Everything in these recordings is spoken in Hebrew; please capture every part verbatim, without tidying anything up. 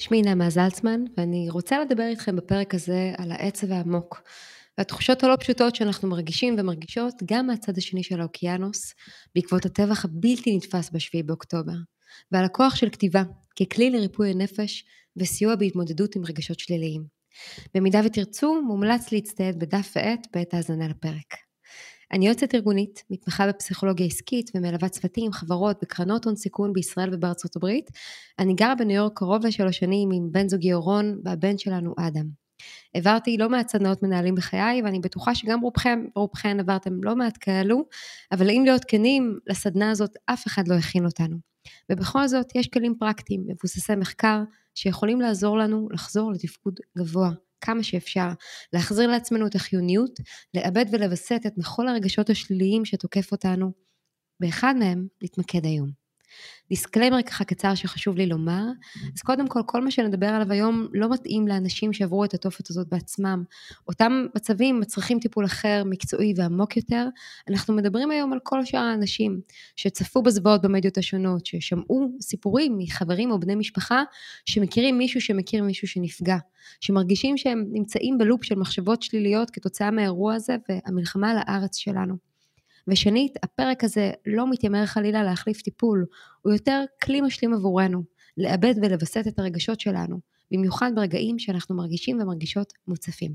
שמי נעמה זלצמן, ואני רוצה לדבר איתכם בפרק הזה על העצב העמוק, והתחושות הלא פשוטות שאנחנו מרגישים ומרגישות גם מהצד השני של האוקיינוס, בעקבות הטבח הבלתי נתפס בשביעי באוקטובר, ועל הכוח של כתיבה, ככלי לריפוי הנפש וסיוע בהתמודדות עם רגשות שליליים. במידה ותרצו, מומלץ להצטייד בדף ועט בעת האזנה לפרק. אני יועצת ארגונית, מתמחה בפסיכולוגיה עסקית ומלווה צוותים, חברות וקרנות הון סיכון בישראל ובארצות הברית. אני גרה בניו יורק קרוב לשלוש שנים עם בן זוגי אורון והבן שלנו אדם. עברתי לא מעט סדנאות מנהלים בחיי, ואני בטוחה שגם רובכם ורובכן עברתם לא מעט כאלו, אבל אם להיות כנים, לסדנה הזאת אף אחד לא הכין אותנו. ובכל זאת יש כלים פרקטיים, מבוססי מחקר, שיכולים לעזור לנו לחזור לתפקוד גבוה. כמה שאפשר, להחזיר לעצמנו את החיוניות, לאבד ולבסט את מכל הרגשות השליליים שתוקף אותנו, באחד מהם להתמקד היום. דיסקליימר ככה קצר שחשוב לי לומר, אז קודם כל, כל מה שנדבר עליו היום לא מתאים לאנשים שעברו את התופת הזאת בעצמם, אותם מצבים מצריכים טיפול אחר, מקצועי ועמוק יותר. אנחנו מדברים היום על כל שאר האנשים שצפו בזוועות במדיות השונות, ששמעו סיפורים מחברים או בני משפחה, שמכירים מישהו שמכיר מישהו שנפגע, שמרגישים שהם נמצאים בלופ של מחשבות שליליות כתוצאה מהאירוע הזה והמלחמה על הארץ שלנו. ושנית, הפרק הזה לא מתיימר חלילה להחליף טיפול, הוא יותר כלי משלים עבורנו, לאבד ולבסט את הרגשות שלנו, במיוחד ברגעים שאנחנו מרגישים ומרגישות מוצפים.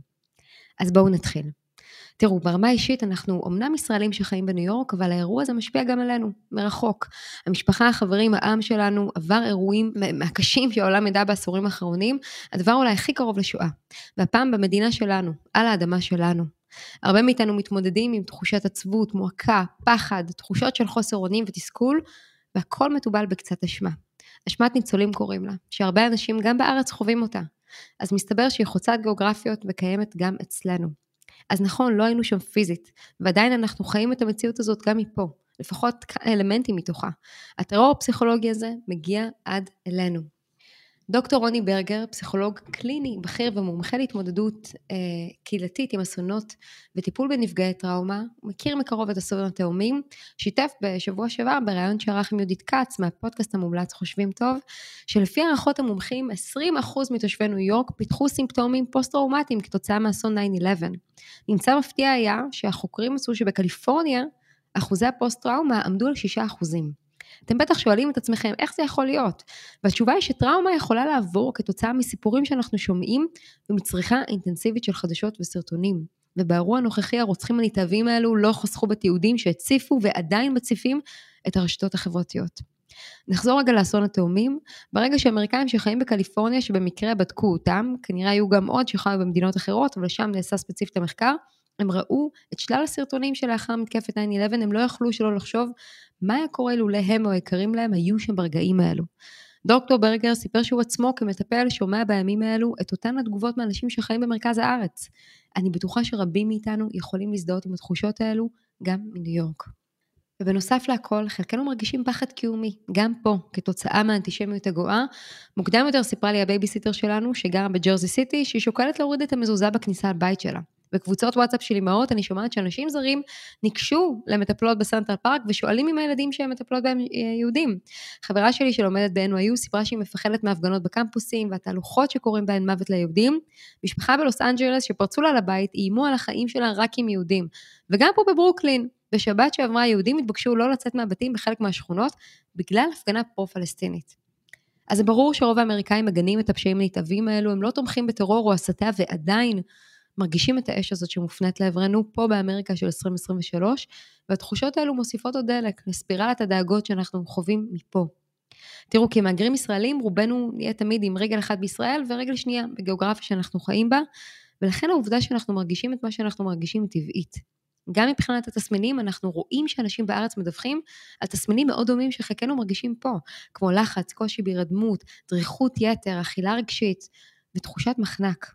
אז בואו נתחיל. תראו, ברמה אישית אנחנו אמנם ישראלים שחיים בניו יורק, אבל האירוע הזה משפיע גם עלינו, מרחוק. המשפחה, החברים, העם שלנו עבר אירועים מהקשים שהעולם ידע בעשורים האחרונים, הדבר אולי הכי קרוב לשואה. והפעם במדינה שלנו, על האדמה שלנו. הרבה מאיתנו מתמודדים עם תחושת עצבות, מועקה, פחד, תחושות של חוסר אונים ותסכול, והכל מטובל בקצת אשמה. אשמת ניצולים קוראים לה, שהרבה אנשים גם בארץ חווים אותה. אז מסתבר שהיא חוצת גיאוגרפיות וקיימת גם אצלנו. אז נכון, לא היינו שם פיזית, ועדיין אנחנו חיים את המציאות הזאת גם מפה, לפחות אלמנטים מתוכה. הטרור הפסיכולוגי הזה מגיע עד אלינו. דוקטור רוני ברגר, פסיכולוג קליני, בכיר ומומחה להתמודדות אה, קהילתית עם אסונות וטיפול בנפגעי טראומה, מכיר מקרוב את אסון התאומים, שיתף בשבוע שעבר בראיון שערך עם יהודית כץ מהפודקאסט המומלץ חושבים טוב, שלפי הערכות המומחים עשרים אחוז מתושבי ניו יורק פיתחו סימפטומים פוסט-טראומטיים כתוצאה מאסון תשע אחת עשרה. נמצא מפתיע היה שהחוקרים מצאו שבקליפורניה אחוזי הפוסט-טראומה עמדו על שישה אחוזים. אתם בטח שואלים את עצמכם, איך זה יכול להיות? והתשובה היא שטראומה יכולה לעבור כתוצאה מסיפורים שאנחנו שומעים, ומצריכה אינטנסיבית של חדשות וסרטונים. ובאירוע הנוכחי הרוצחים הנתעבים האלו לא חסכו בתיעודים שהציפו ועדיין מציפים את הרשתות החברתיות. נחזור רגע לאסון התאומים, ברגע שאמריקאים שחיים בקליפורניה שבמקרה בדקו אותם, כנראה היו גם עוד שחיו במדינות אחרות, אבל שם נעשה ספציפית המחקר, הם ראו את שלל הסרטונים שלאחר מתקפת תשע אחת עשרה, הם לא יכלו שלא לחשוב מה היה קורה אילולא הם או היקרים להם היו שם ברגעים האלו. דוקטור ברגר סיפר שהוא עצמו כמטפל שומע בימים האלו את אותן התגובות מאנשים שחיים במרכז הארץ. אני בטוחה שרבים מאיתנו יכולים להזדהות עם התחושות האלו גם מניו יורק. ובנוסף להכל, חלקנו מרגישים פחד קיומי, גם פה, כתוצאה מהאנטישמיות הגואה. מוקדם יותר סיפרה לי הבייביסיטר שלנו, שגרה בג'רזי סיטי, שהיא שוקלת להוריד את המזוזה בכניסה לבית שלה. בקבוצות וואטסאפ של אמהות, אני שומעת שאנשים זרים ניגשו למטפלות בסנטרל פארק, ושואלים אם הילדים שהם מטפלות בהם יהודים. חברה שלי שלומדת ב-אן וואי יו סיפרה שהיא מפחדת מהפגנות בקמפוסים, והתהלוכות שקורים בהן מוות ליהודים. משפחה בלוס אנג'לס שפרצו לה לבית, איימו על החיים שלה רק עם יהודים. וגם פה בברוקלין, בשבת שעברה יהודים התבקשו לא לצאת מהבתים בחלק מהשכונות, בגלל הפגנה פרו-פלסטינית. אז זה ברור שרוב האמריקאים מגנים את הפשעים הנתעבים האלו, הם לא תומכים בטרור או הסתה, ועדיין מרגישים את האש הזאת שמופנית לעברנו פה באמריקה של עשרים עשרים ושלוש, והתחושות האלו מוסיפות עוד דלק לספירלת הדאגות שאנחנו חווים מפה. תראו, כמהגרים ישראלים, רובנו נהיה תמיד עם רגל אחת בישראל ורגל שנייה בגיאוגרפיה שאנחנו חיים בה, ולכן העובדה שאנחנו מרגישים את מה שאנחנו מרגישים טבעית. גם מבחינת התסמינים, אנחנו רואים שאנשים בארץ מדווחים על תסמינים מאוד דומים שחלקנו מרגישים פה, כמו לחץ, קושי בהירדמות, דריכות יתר, אכילה רגשית ותחושת מחנק.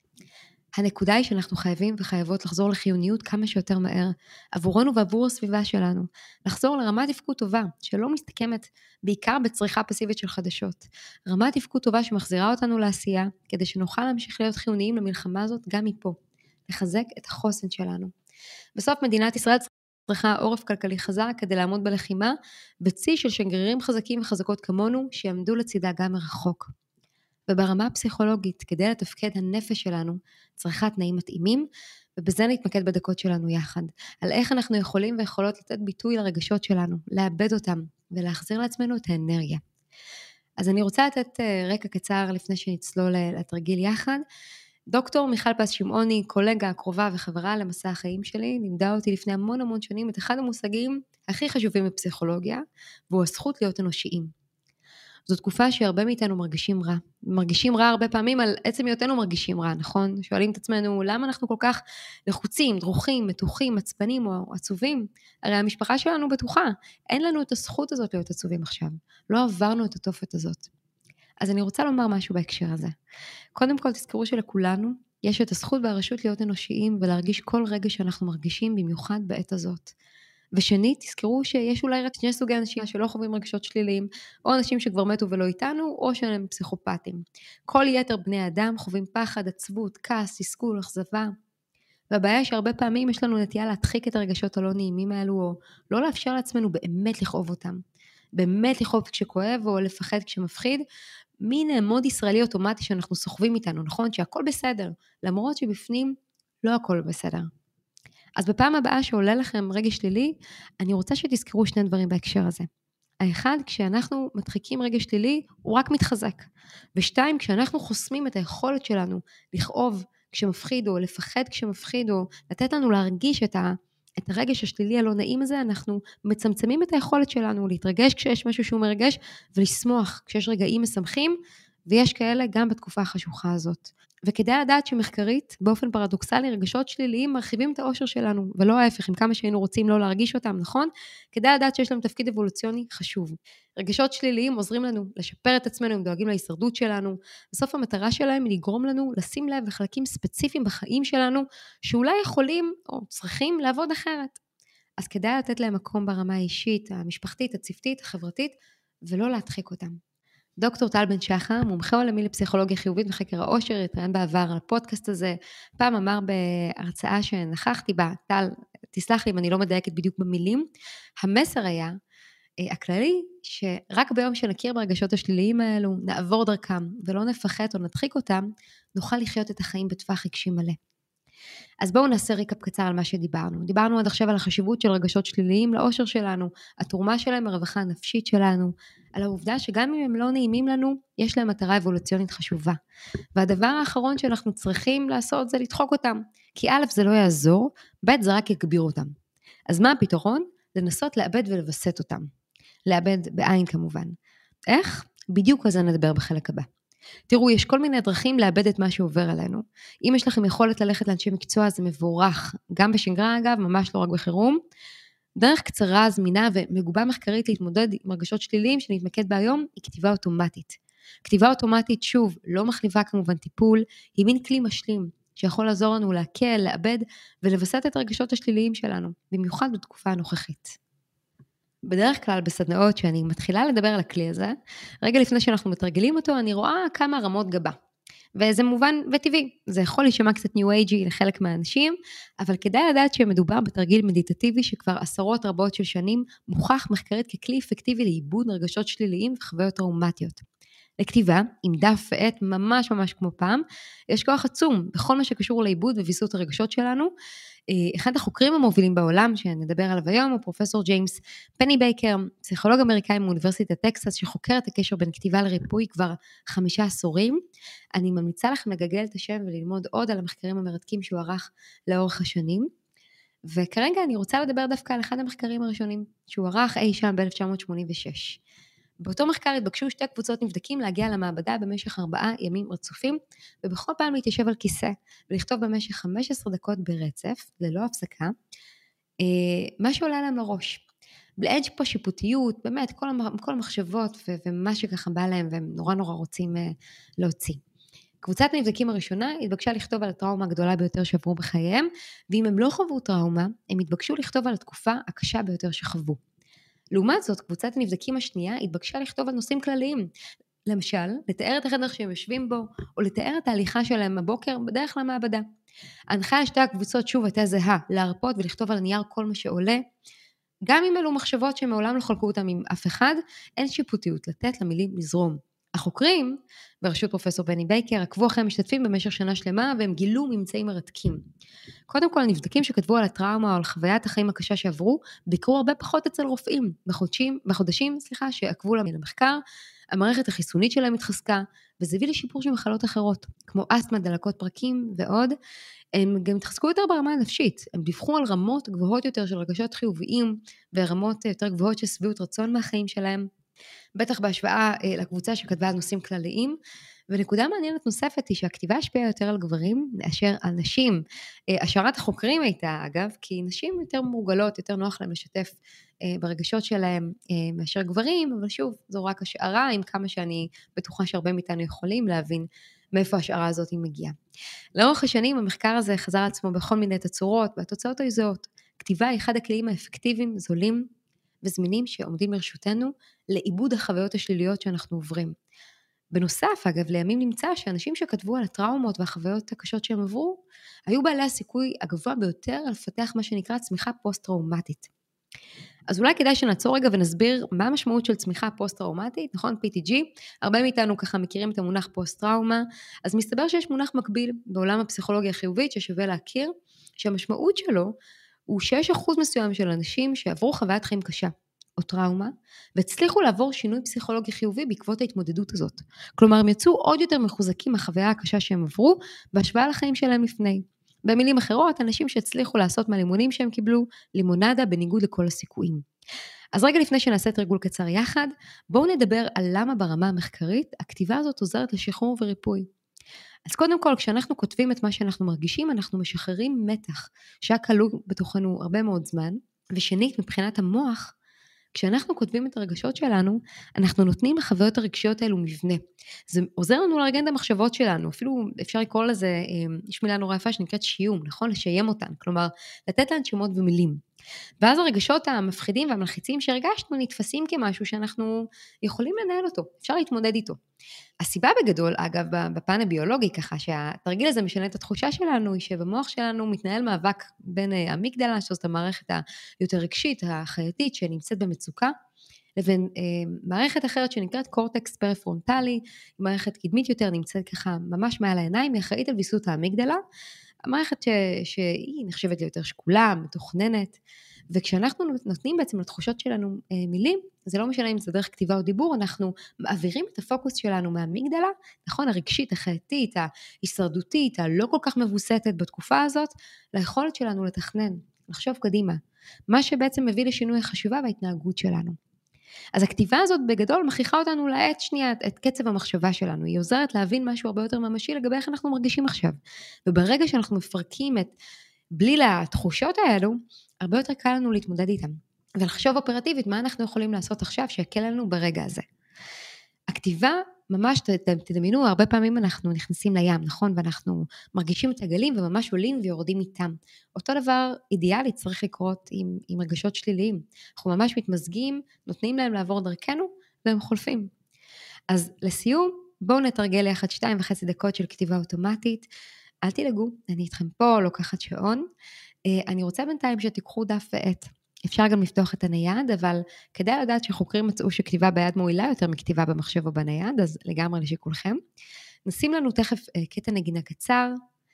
הנקודה היא שאנחנו חייבים וחייבות לחזור לחיוניות כמה שיותר מהר, עבורנו ועבור הסביבה שלנו, לחזור לרמת תפקוד טובה, שלא מסתכמת בעיקר בצריכה פסיבית של חדשות. רמת תפקוד טובה שמחזירה אותנו לעשייה, כדי שנוכל להמשיך להיות חיוניים למלחמה הזאת גם מפה, לחזק את החוסן שלנו. בסוף מדינת ישראל צריכה עורף כלכלי חזק כדי לעמוד בלחימה, בצי של שגרירים חזקים וחזקות כמונו, שיעמדו לצידה גם מרחוק. וברמה הפסיכולוגית, כדי לתפקד הנפש שלנו, צריכה תנאים מתאימים, ובזה נתמקד בדקות שלנו יחד, על איך אנחנו יכולים ויכולות לתת ביטוי לרגשות שלנו, לאבד אותם, ולהחזיר לעצמנו את האנרגיה. אז אני רוצה לתת רקע קצר לפני שנצלול לתרגיל יחד. דוקטור מיכל פס שמעוני, קולגה, קרובה וחברה למסע החיים שלי, לימדה אותי לפני המון המון שנים את אחד המושגים הכי חשובים בפסיכולוגיה, והוא הזכות להיות אנושיים. זו תקופה שהרבה מאיתנו מרגישים רע. מרגישים רע הרבה פעמים על עצם היותנו מרגישים רע, נכון? שואלים את עצמנו, למה אנחנו כל כך לחוצים, דרוכים, מתוחים, עצבנים או עצובים? הרי המשפחה שלנו בטוחה. אין לנו את הזכות הזאת להיות עצובים עכשיו. לא עברנו את התופת הזאת. אז אני רוצה לומר משהו בהקשר הזה. קודם כל, תזכרו שלכולנו יש את הזכות והרשות להיות אנושיים ולהרגיש כל רגע שאנחנו מרגישים, במיוחד בעת הזאת. ושנית, תזכרו שיש אולי רק שני סוגי אנשים שלא חווים רגשות שליליים, או אנשים שכבר מתו ולא איתנו, או שהם פסיכופטים. כל יתר בני אדם חווים פחד, עצבות, כעס, תסכול, אכזבה. והבעיה שהרבה פעמים יש לנו נטייה להדחיק את הרגשות הלא נעימים האלו, או לא לאפשר לעצמנו באמת לכאוב אותם. באמת לכאוב כשכואב, או לפחד כשמפחיד. מין מוד ישראלי אוטומטי שאנחנו סוחבים איתנו, נכון? שהכל בסדר, למרות שבפנים לא הכל בסדר. אז בפעם הבאה שעולה לכם רגש שלילי, אני רוצה שתזכרו שני דברים בהקשר הזה. האחד, כשאנחנו מדחיקים רגש שלילי, הוא רק מתחזק. ושתיים, כשאנחנו חוסמים את היכולת שלנו לכאוב כשמפחיד, או לפחד כשמפחיד, או לתת לנו להרגיש את, ה, את הרגש השלילי הלא נעים הזה, אנחנו מצמצמים את היכולת שלנו להתרגש כשיש משהו שהוא מרגש, ולשמוח כשיש רגעים משמחים, ויש כאלה גם בתקופה החשוכה הזאת. וכדאי לדעת שמחקרית, באופן פרדוקסלי, רגשות שליליים מרחיבים את האושר שלנו, ולא ההפך, עם כמה שהיינו רוצים לא להרגיש אותם, נכון? כדאי לדעת שיש להם תפקיד אבולוציוני חשוב. רגשות שליליים עוזרים לנו לשפר את עצמנו, הם דואגים להישרדות שלנו. בסוף המטרה שלהם היא לגרום לנו לשים לב לחלקים ספציפיים בחיים שלנו, שאולי יכולים או צריכים לעבוד אחרת. אז כדאי לתת להם מקום ברמה האישית, המשפחתית, הצוותית, החברתית, ולא להדחיק אותם. דוקטור טל בן שחר, מומחה עולמי לפסיכולוגיה חיובית וחקר האושר, התראיין בעבר על הפודקאסט הזה, פעם אמר בהרצאה שנכחתי בה, טל, תסלח לי אם אני לא מדייקת בדיוק במילים, המסר היה, הכללי, שרק ביום שנכיר ברגשות השליליים האלו, נעבור דרכם ולא נפחד או נדחיק אותם, נוכל לחיות את החיים בטווח רגשי מלא. אז בואו נעשה ריקאפ קצר על מה שדיברנו. דיברנו עד עכשיו על החשיבות של רגשות שליליים לאושר שלנו, התרומה שלהם הרווחה הנפשית שלנו, על העובדה שגם אם הם לא נעימים לנו, יש להם מטרה אבולוציונית חשובה. והדבר האחרון שאנחנו צריכים לעשות זה לדחוק אותם, כי א' זה לא יעזור, ב' זה רק יגביר אותם. אז מה הפתרון? לנסות לאבד ולבסט אותם. לאבד בעין כמובן. איך? בדיוק על זה נדבר בחלק הבא. תראו, יש כל מיני דרכים לאבד את מה שעובר עלינו. אם יש לכם יכולת ללכת לאנשי מקצוע, זה מבורך. גם בשגרה אגב, ממש לא רק בחירום. דרך קצרה, זמינה ומגובה מחקרית להתמודד עם רגשות שליליים שנתמקד בה היום, היא כתיבה אוטומטית. כתיבה אוטומטית, שוב, לא מחליבה כמובן טיפול, היא מין כלי משלים, שיכול לעזור לנו להקל, לאבד ולבסט את הרגשות השליליים שלנו, במיוחד בתקופה הנוכחית. בדרך כלל בסדנאות שאני מתחילה לדבר על הכלי הזה, רגע לפני שאנחנו מתרגלים אותו, אני רואה כמה רמות גבה. וזה מובן וטבעי, זה יכול להישמע קצת ניו אייג'י לחלק מהאנשים, אבל כדאי לדעת שמדובר בתרגיל מדיטטיבי שכבר עשרות רבות של שנים מוכח מחקרית ככלי אפקטיבי לעיבוד רגשות שליליים וחוויות טראומטיות. לכתיבה, עם דף ועט ממש ממש כמו פעם, יש כוח עצום בכל מה שקשור לעיבוד וויסות הרגשות שלנו. אחד החוקרים המובילים בעולם, שנדבר עליו היום, הוא פרופסור ג'יימס פני בייקר, פסיכולוג אמריקאי מאוניברסיטת טקסס, שחוקר את הקשר בין כתיבה לריפוי כבר חמישה עשורים. אני ממליצה לכם לגגל את השם וללמוד עוד על המחקרים המרתקים שהוא ערך לאורך השנים. וכרגע אני רוצה לדבר דווקא על אחד המחקרים הראשונים, שהוא ערך אי שם ב-אלף תשע מאות שמונים ושש. באותו מחקר התבקשו שתי קבוצות נבדקים להגיע למעבדה במשך ארבעה ימים רצופים, ובכל פעם להתיישב על כיסא ולכתוב במשך חמש עשרה דקות ברצף, ללא הפסקה, מה שעולה להם לראש. אין פה שיפוטיות, באמת, כל, כל המחשבות ו- ומה שככה בא להם, והם נורא נורא רוצים להוציא. קבוצת הנבדקים הראשונה התבקשה לכתוב על הטראומה הגדולה ביותר שעברו בחייהם, ואם הם לא חוו טראומה, הם התבקשו לכתוב על התקופה הקשה ביותר שחוו. לעומת זאת, קבוצת הנבדקים השנייה התבקשה לכתוב על נושאים כלליים, למשל, לתאר את החדר שהם יושבים בו, או לתאר את ההליכה שלהם בבוקר בדרך למעבדה. ההנחיה לשתי הקבוצות שוב הייתה זהה, להרפות ולכתוב על הנייר כל מה שעולה, גם אם אלו מחשבות שמעולם לא חלקו אותם עם אף אחד, אין שיפוטיות לתת למילים לזרום. החוקרים, בראשות פרופסור בני בייקר, עקבו אחרי המשתתפים במשך שנה שלמה, והם גילו ממצאים מרתקים. קודם כל, הנבדקים שכתבו על הטראומה או על חוויית החיים הקשה שעברו, ביקרו הרבה פחות אצל רופאים. בחודשים, בחודשים, סליחה, שעקבו להם למחקר, המערכת החיסונית שלהם התחזקה, וזה הביא לשיפור של מחלות אחרות, כמו אסתמה, דלקות פרקים ועוד. הם גם התחזקו יותר ברמה הנפשית, הם דיווחו על רמות גבוהות יותר של רגשות חיוביים, ורמות יותר גבוהות של שביעות רצון מהחיים שלהם, בטח בהשוואה לקבוצה שכתבה על נושאים כלליים. ונקודה מעניינת נוספת היא שהכתיבה השפיעה יותר על גברים מאשר על נשים. השערת החוקרים הייתה אגב, כי נשים יותר מורגלות, יותר נוח להם לשתף ברגשות שלהם מאשר גברים, אבל שוב, זו רק השערה, עם כמה שאני בטוחה שהרבה מאיתנו יכולים להבין מאיפה השערה הזאת היא מגיעה. לאורך השנים המחקר הזה חזר עצמו בכל מיני תצורות, והתוצאות היו זהות. כתיבה היא אחד הכלים האפקטיביים, זולים וזמינים שעומדים לרשותנו לעיבוד החוויות השליליות שאנחנו עוברים. בנוסף, אגב, לימים נמצא שאנשים שכתבו על הטראומות והחוויות הקשות שהם עברו, היו בעלי הסיכוי הגבוה ביותר על לפתח מה שנקרא צמיחה פוסט-טראומטית. אז אולי כדאי שנעצור רגע ונסביר מה המשמעות של צמיחה פוסט-טראומטית, נכון? פי טי ג'י, הרבה מאיתנו ככה מכירים את המונח פוסט-טראומה, אז מסתבר שיש מונח מקביל בעולם הפסיכולוגיה החיובית ששווה להכיר, שהמשמעות שלו הוא שיש אחוז מסוים של אנשים שעברו חוויית חיים קשה, או טראומה, והצליחו לעבור שינוי פסיכולוגי חיובי בעקבות ההתמודדות הזאת. כלומר, הם יצאו עוד יותר מחוזקים מהחוויה הקשה שהם עברו, בהשוואה לחיים שלהם לפני. במילים אחרות, אנשים שהצליחו לעשות מהלימונים שהם קיבלו, לימונדה בניגוד לכל הסיכויים. אז רגע לפני שנעשה תרגול קצר יחד, בואו נדבר על למה ברמה המחקרית, הכתיבה הזאת עוזרת לשחרור וריפוי. אז קודם כל, כשאנחנו כותבים את מה שאנחנו מרגישים, אנחנו משחררים מתח, שהיה כלוא בתוכנו הרבה מאוד זמן, ושנית, מבחינת המוח, כשאנחנו כותבים את הרגשות שלנו, אנחנו נותנים לחוויות הרגשיות האלו מבנה. זה עוזר לנו לארגן את המחשבות שלנו, אפילו אפשר לקרוא לזה, יש מילה נורא יפה שנקראת שיום, נכון? לשיים אותן, כלומר, לתת להן שמות ומילים. ואז הרגשות המפחידים והמלחיצים שהרגשנו נתפסים כמשהו שאנחנו יכולים לנהל אותו, אפשר להתמודד איתו. הסיבה בגדול, אגב, בפן הביולוגי, ככה שהתרגיל הזה משנה את התחושה שלנו, היא שבמוח שלנו מתנהל מאבק בין אמיגדלה, שזאת המערכת היותר רגשית, החייתית, שנמצאת במצוקה, לבין אה, מערכת אחרת שנקראת קורטקס פרפרונטלי, מערכת קדמית יותר נמצאת ככה ממש מעל העיניים, היא אחראית על ויסות האמיגדלה, המערכת ש, שהיא נחשבת ליותר שקולה, מתוכננת, וכשאנחנו נותנים בעצם לתחושות שלנו אה, מילים, זה לא משנה אם זה דרך כתיבה או דיבור, אנחנו מעבירים את הפוקוס שלנו מהאמיגדלה, נכון, הרגשית, החייתית, ההישרדותית, הלא כל כך מבוסתת בתקופה הזאת, ליכולת שלנו לתכנן, לחשוב קדימה, מה שבעצם מביא לשינוי החשיבה וההתנהגות שלנו. אז הכתיבה הזאת בגדול מכריחה אותנו לעת שנייה את קצב המחשבה שלנו, היא עוזרת להבין משהו הרבה יותר ממשי לגבי איך אנחנו מרגישים עכשיו, וברגע שאנחנו מפרקים את בליל התחושות האלו, הרבה יותר קל לנו להתמודד איתם, ולחשוב אופרטיבית מה אנחנו יכולים לעשות עכשיו שיקל לנו ברגע הזה. הכתיבה, ממש תדמיינו, הרבה פעמים אנחנו נכנסים לים, נכון? ואנחנו מרגישים את הגלים וממש עולים ויורדים איתם. אותו דבר אידיאלי צריך לקרות עם, עם רגשות שליליים. אנחנו ממש מתמזגים, נותנים להם לעבור דרכנו והם חולפים. אז לסיום, בואו נתרגל יחד שתיים וחצי דקות של כתיבה אוטומטית. אל תדאגו, אני איתכם פה, לוקחת שעון. אני רוצה בינתיים שתיקחו דף ועט. אפשר גם לפתוח את הנייד, אבל כדאי לדעת שחוקרים מצאו שכתיבה ביד מועילה יותר מכתיבה במחשב או בנייד, אז לגמרי לשיקולכם. נשים לנו תכף קטע נגינה קצר,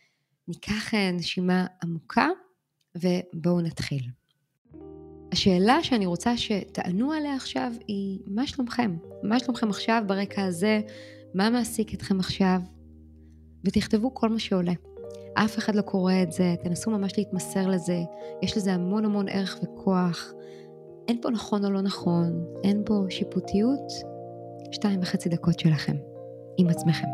ניקח נשימה עמוקה, ובואו נתחיל. השאלה שאני רוצה שתענו עליה עכשיו היא, מה שלומכם? מה שלומכם עכשיו ברקע הזה? מה מעסיק אתכם עכשיו? ותכתבו כל מה שעולה. אף אחד לא קורא את זה, תנסו ממש להתמסר לזה, יש לזה המון המון ערך וכוח, אין פה נכון או לא נכון, אין פה שיפוטיות, שתיים וחצי דקות שלכם, עם עצמכם.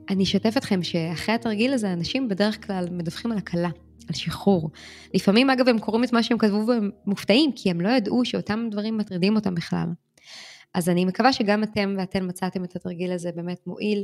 אני אשתף אתכם שאחרי התרגיל הזה, אנשים בדרך כלל מדווחים על הקלה, על שחרור. לפעמים, אגב, הם קוראים את מה שהם כתבו והם מופתעים, כי הם לא ידעו שאותם דברים מטרידים אותם בכלל. אז אני מקווה שגם אתם ואתן מצאתם את התרגיל הזה באמת מועיל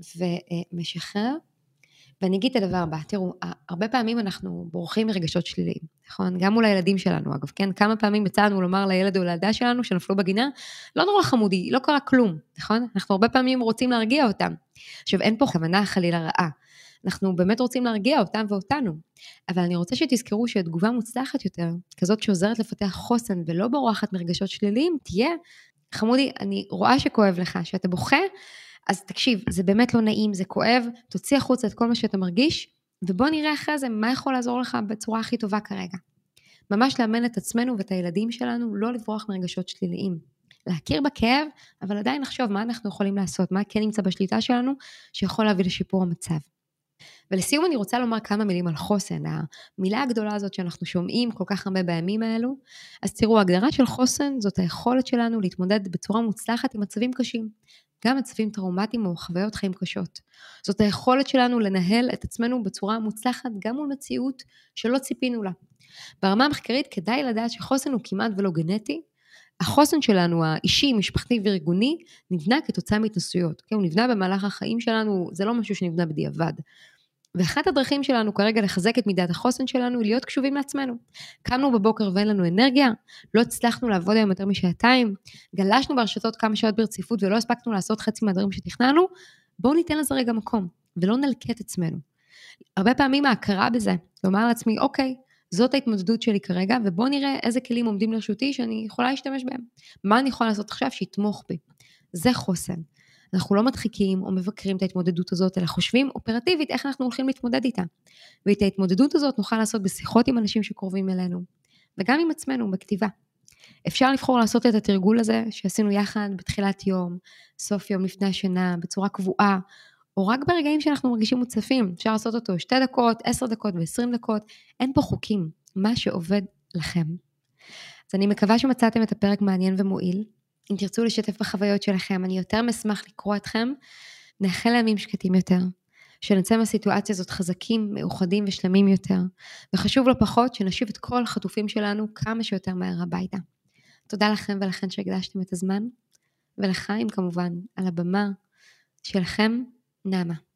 ומשחרר. ואני אגיד את הדבר הבא, תראו, הרבה פעמים אנחנו בורחים מרגשות שליליים, נכון? גם מול הילדים שלנו, אגב, כן? כמה פעמים יצאנו לומר לילד או לילדה שלנו שנפלו בגינה, לא נורא חמודי, לא קרה כלום, נכון? אנחנו הרבה פעמים רוצים להרגיע אותם. עכשיו, אין פה כוונה חלילה רעה. אנחנו באמת רוצים להרגיע אותם ואותנו. אבל אני רוצה שתזכרו שתגובה מוצלחת יותר, כזאת שעוזרת לפתח חוסן ולא בורחת מרגשות שליליים, תהיה, חמודי, אני רואה שכואב לך, שאתה בוכה, אז תקשיב, זה באמת לא נעים, זה כואב, תוציא החוצה את כל מה שאתה מרגיש, ובוא נראה אחרי זה מה יכול לעזור לך בצורה הכי טובה כרגע. ממש לאמן את עצמנו ואת הילדים שלנו, לא לברוח מרגשות שליליים. להכיר בכאב, אבל עדיין לחשוב מה אנחנו יכולים לעשות, מה כן נמצא בשליטה שלנו, שיכול להביא לשיפור המצב. ולסיום אני רוצה לומר כמה מילים על חוסן, המילה הגדולה הזאת שאנחנו שומעים כל כך הרבה בימים האלו, אז תראו, ההגדרה של חוסן זאת היכולת שלנו להתמודד בצורה מוצלחת עם מצבים קשים, גם מצבים טראומטיים או חוויות חיים קשות. זאת היכולת שלנו לנהל את עצמנו בצורה מוצלחת גם מול מציאות שלא ציפינו לה. ברמה המחקרית כדאי לדעת שחוסן הוא כמעט ולא גנטי, החוסן שלנו האישי, משפחתי וארגוני נבנה כתוצאה מהתנסויות, הוא נבנה במהלך החיים שלנו, זה לא משהו שנבנה בדיעבד. ואחת הדרכים שלנו כרגע לחזק את מידת החוסן שלנו היא להיות קשובים לעצמנו. קמנו בבוקר ואין לנו אנרגיה, לא הצלחנו לעבוד היום יותר משעתיים, גלשנו ברשתות כמה שעות ברציפות ולא הספקנו לעשות חצי מהדברים שתכננו, בואו ניתן לזה רגע מקום ולא נלקט את עצמנו. הרבה פעמים ההכרה בזה, לומר לעצמי, אוקיי, זאת ההתמודדות שלי כרגע, ובואו נראה איזה כלים עומדים לרשותי שאני יכולה להשתמש בהם. מה אני יכולה לעשות עכשיו שיתמוך בי? זה חוסן. אנחנו לא מדחיקים או מבקרים את ההתמודדות הזאת, אלא חושבים אופרטיבית איך אנחנו הולכים להתמודד איתה. ואת ההתמודדות הזאת נוכל לעשות בשיחות עם אנשים שקרובים אלינו, וגם עם עצמנו בכתיבה. אפשר לבחור לעשות את התרגול הזה שעשינו יחד בתחילת יום, סוף יום לפני השינה, בצורה קבועה, או רק ברגעים שאנחנו מרגישים מוצפים. אפשר לעשות אותו שתי דקות, עשר דקות ועשרים דקות. אין פה חוקים, מה שעובד לכם. אז אני מקווה שמצאתם את הפרק מעניין ומועיל. אם תרצו לשתף בחוויות שלכם, אני יותר משמח לקרוא אתכם, נאחל לימים שקטים יותר, שנצא מהסיטואציה הזאת חזקים, מאוחדים ושלמים יותר, וחשוב לא פחות שנשיב את כל החטופים שלנו כמה שיותר מהר הביתה. תודה לכם ולכן שהקדשתם את הזמן, ולחיים כמובן על הבמה שלכם, נעמה.